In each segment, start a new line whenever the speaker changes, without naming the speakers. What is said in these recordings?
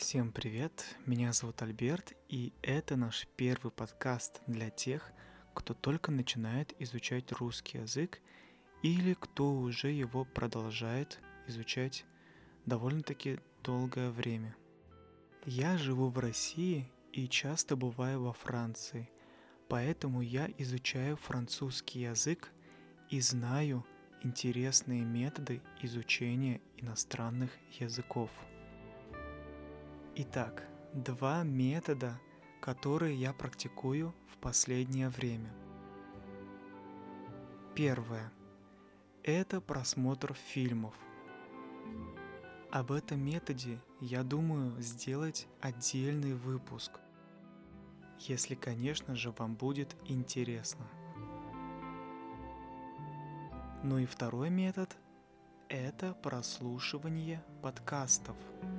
Всем привет, меня зовут Альберт, и это наш первый подкаст для тех, кто только начинает изучать русский язык или кто уже его продолжает изучать довольно-таки долгое время. Я живу в России и часто бываю во Франции, поэтому я изучаю французский язык и знаю интересные методы изучения иностранных языков. Итак, два метода, которые я практикую в последнее время. Первое. Это просмотр фильмов. Об этом методе я думаю сделать отдельный выпуск, если, конечно же, вам будет интересно. Ну и второй метод – это прослушивание подкастов.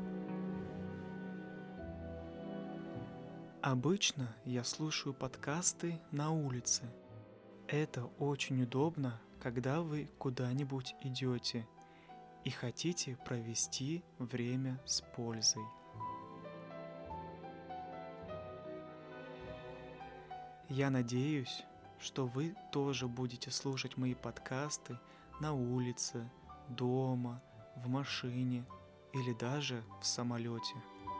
Обычно я слушаю подкасты на улице. Это очень удобно, когда вы куда-нибудь идете и хотите провести время с пользой. Я надеюсь, что вы тоже будете слушать мои подкасты на улице, дома, в машине или даже в самолете.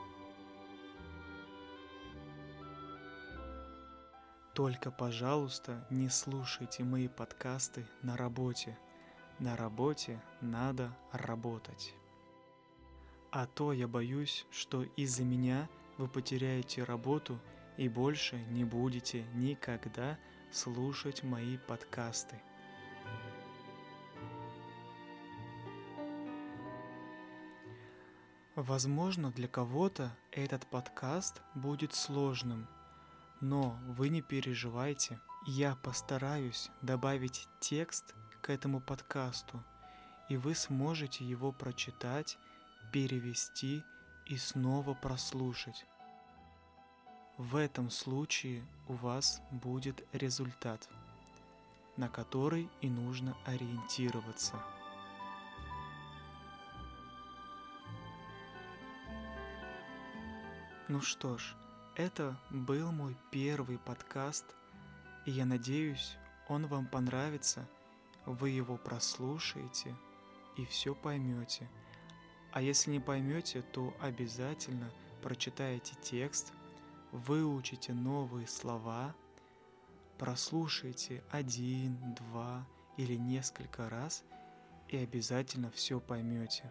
Только, пожалуйста, не слушайте мои подкасты на работе. На работе надо работать. А то я боюсь, что из-за меня вы потеряете работу и больше не будете никогда слушать мои подкасты. Возможно, для кого-то этот подкаст будет сложным, но вы не переживайте, я постараюсь добавить текст к этому подкасту, и вы сможете его прочитать, перевести и снова прослушать. В этом случае у вас будет результат, на который и нужно ориентироваться. Ну что ж, это был мой первый подкаст, и я надеюсь, он вам понравится, вы его прослушаете и все поймете. А если не поймете, то обязательно прочитайте текст, выучите новые слова, прослушайте 1, 2 или несколько раз и обязательно все поймете.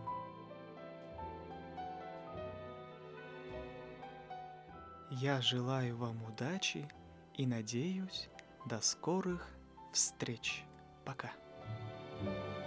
Я желаю вам удачи и надеюсь, до скорых встреч. Пока.